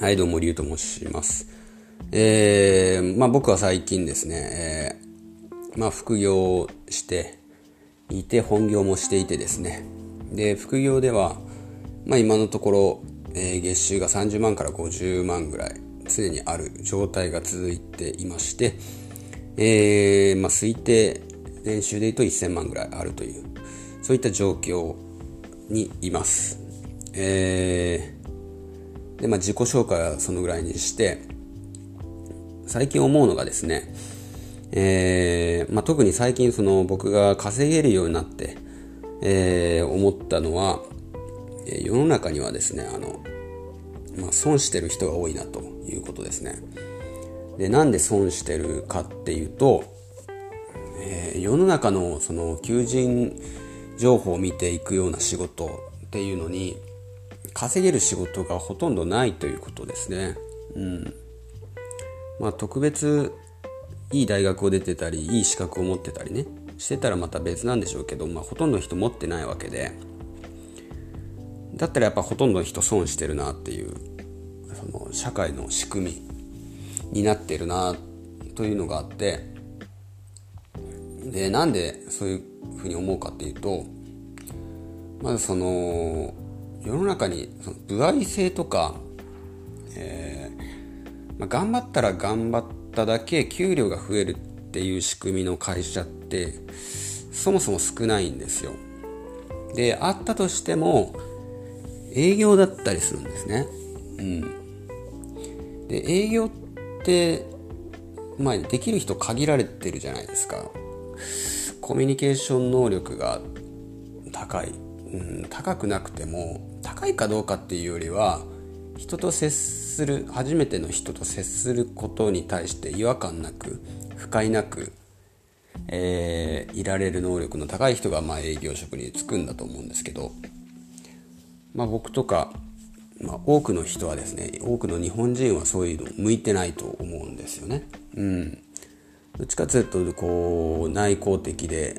はい、どうも、りゅうと申します。僕は最近ですね、副業をしていて、本業もしていてですね。で、副業では、今のところ、月収が30万から50万ぐらい常にある状態が続いていまして、推定年収でいうと1000万ぐらいあるという、そういった状況にいます。で、自己紹介はそのぐらいにして、最近思うのがですね、特に最近僕が稼げるようになって、思ったのは、世の中にはですね、損してる人が多いなということですね。で、なんで損してるかっていうと、世の中のその求人情報を見ていくような仕事っていうのに稼げる仕事がほとんどないということですね。特別いい大学を出てたりいい資格を持ってたりねしてたらまた別なんでしょうけど、ほとんどの人持ってないわけで、だったらやっぱほとんどの人損してるなっていう、その社会の仕組みになってるなというのがあって、で、なんでそういうふうに思うかっていうと、まず世の中にその歩合制とか、頑張ったら頑張っただけ給料が増えるっていう仕組みの会社ってそもそも少ないんですよ。で、あったとしても営業だったりするんですね。で、営業ってできる人限られてるじゃないですか。コミュニケーション能力が高い、高くなくても、高いかどうかっていうよりは人と接する、初めての人と接することに対して違和感なく不快なく、いられる能力の高い人が営業職に就くんだと思うんですけど、僕とか、多くの人はですね、多くの日本人はそういうの向いてないと思うんですよね。どっちかというと内向的で、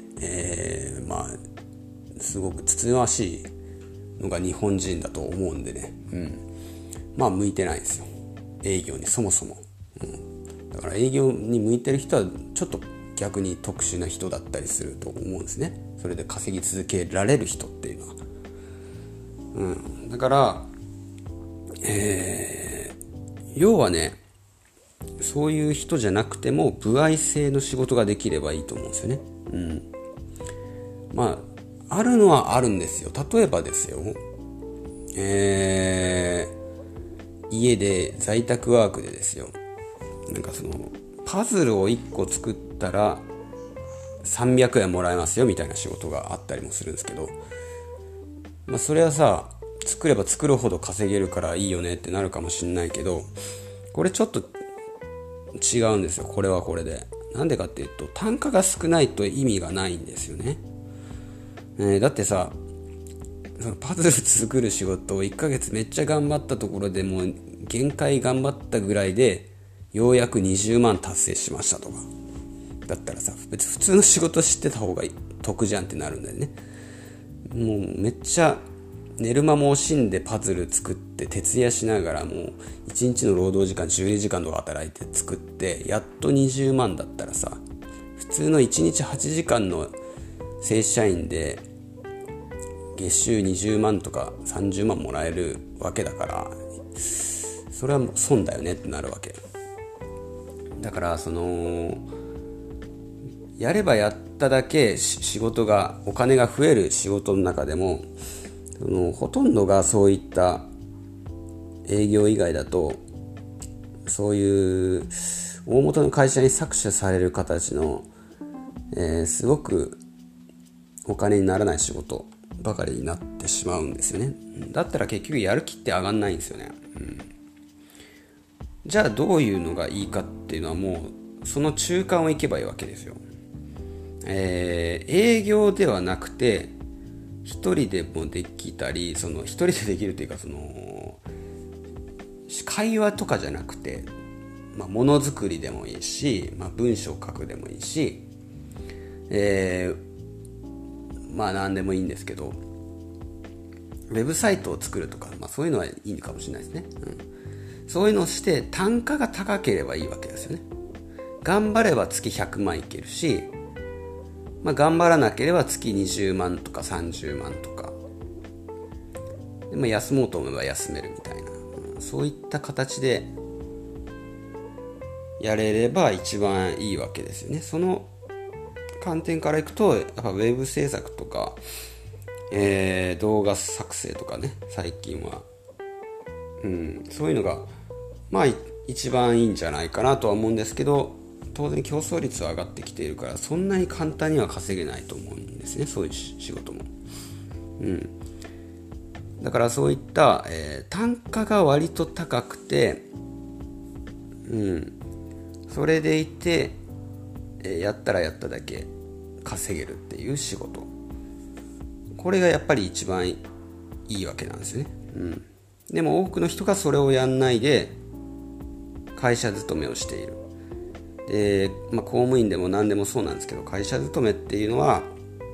すごくつつましいのが日本人だと思うんでね、向いてないんですよ、営業にそもそも。だから営業に向いてる人はちょっと逆に特殊な人だったりすると思うんですね。それで稼ぎ続けられる人っていうのは、だから、要はね、そういう人じゃなくても歩合制の仕事ができればいいと思うんですよね。あるのはあるんですよ。例えばですよ、家で在宅ワークでですよ、パズルを1個作ったら300円もらえますよみたいな仕事があったりもするんですけど、それはさ、作れば作るほど稼げるからいいよねってなるかもしれないけど、これちょっと違うんですよ。これはこれで、なんでかっていうと、単価が少ないと意味がないんですよね。だってさ、そのパズル作る仕事を1ヶ月めっちゃ頑張ったところでもう限界頑張ったぐらいでようやく20万達成しましたとかだったらさ、別に普通の仕事知ってた方が得じゃんってなるんだよね。もうめっちゃ寝る間も惜しんでパズル作って徹夜しながらもう1日の労働時間12時間とか働いて作ってやっと20万だったらさ、普通の1日8時間の正社員で月収20万とか30万もらえるわけだから、それはもう損だよねってなるわけだから、やればやっただけ仕事が、お金が増える仕事の中でもほとんどがそういった営業以外だと、そういう大元の会社に搾取される形の、すごくお金にならない仕事ばかりになってしまうんですよね。だったら結局やる気って上がんないんですよね。じゃあどういうのがいいかっていうのは、もうその中間を行けばいいわけですよ。営業ではなくて一人でもできたり、一人でできるというか、会話とかじゃなくて、ものづくりでもいいし、文章を書くでもいいし、何でもいいんですけど、ウェブサイトを作るとか、そういうのはいいかもしれないですね。 そういうのをして単価が高ければいいわけですよね。頑張れば月100万いけるし、頑張らなければ月20万とか30万とかで、休もうと思えば休めるみたいな、そういった形でやれれば一番いいわけですよね。その観点からいくと、やっぱウェブ制作とか、動画作成とかね、最近は、そういうのが一番いいんじゃないかなとは思うんですけど、当然競争率は上がってきているからそんなに簡単には稼げないと思うんですね、そういう仕事も。だからそういった、単価が割と高くて、それでいて、やったらやっただけ稼げるっていう仕事、これがやっぱり一番いいわけなんですね。でも多くの人がそれをやんないで会社勤めをしている。で、公務員でも何でもそうなんですけど、会社勤めっていうのは、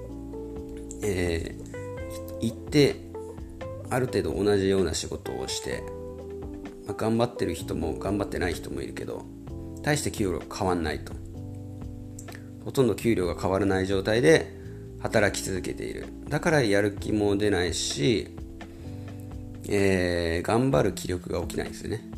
行ってある程度同じような仕事をして、頑張ってる人も頑張ってない人もいるけど、大して給料変わんないと、ほとんど給料が変わらない状態で働き続けている。だからやる気も出ないし、頑張る気力が起きないんですよね。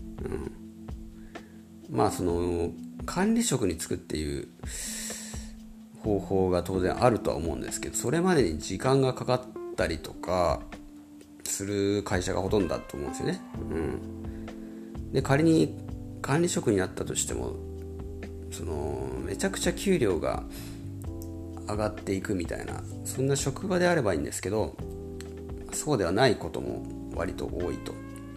その管理職に就くっていう方法が当然あるとは思うんですけど、それまでに時間がかかったりとかする会社がほとんどだと思うんですよね。で、仮に管理職になったとしても、めちゃくちゃ給料が上がっていくみたいな、そんな職場であればいいんですけど、そうではないことも割と多いと。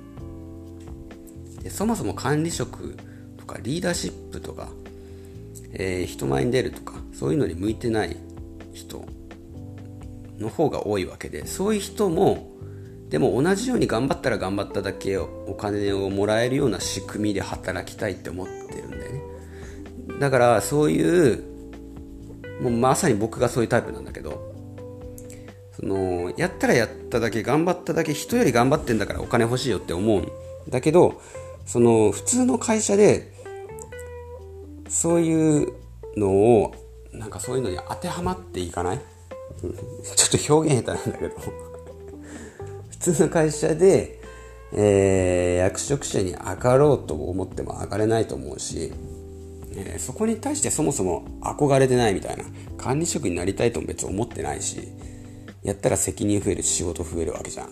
で、そもそも管理職とかリーダーシップとか、人前に出るとか、そういうのに向いてない人の方が多いわけで、そういう人もでも同じように頑張ったら頑張っただけお金をもらえるような仕組みで働きたいって思ってるんだよね。だからそういう、もうまさに僕がそういうタイプなんだけど、やったらやっただけ、頑張っただけ、人より頑張ってんだからお金欲しいよって思うんだけど、普通の会社でそういうのをそういうのに当てはまっていかないちょっと表現下手なんだけど普通の会社で、役職者に上がろうと思っても上がれないと思うし、そこに対してそもそも憧れてないみたいな、管理職になりたいとも別に思ってないし、やったら責任増える、仕事増えるわけじゃん。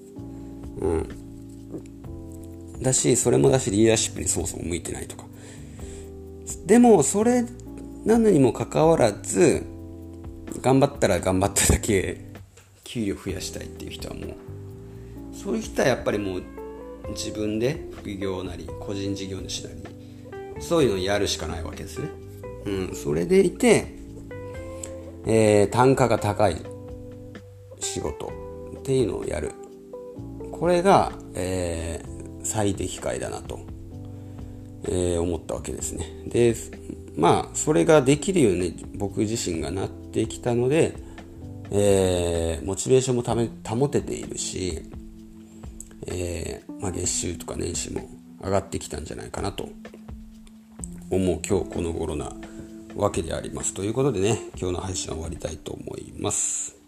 だし、それもだし、リーダーシップにそもそも向いてないとか。でもそれなのにもかかわらず、頑張ったら頑張っただけ給料増やしたいっていう人はもう、そういう人はやっぱりもう自分で副業なり個人事業主なりそういうのをやるしかないわけですね。それでいて、単価が高い仕事っていうのをやる、これが、最適解だなと、思ったわけですね。で、それができるように僕自身がなってきたので、モチベーションも保てているし、月収とか年収も上がってきたんじゃないかなと思う今日この頃なわけであります。ということでね、今日の配信は終わりたいと思います。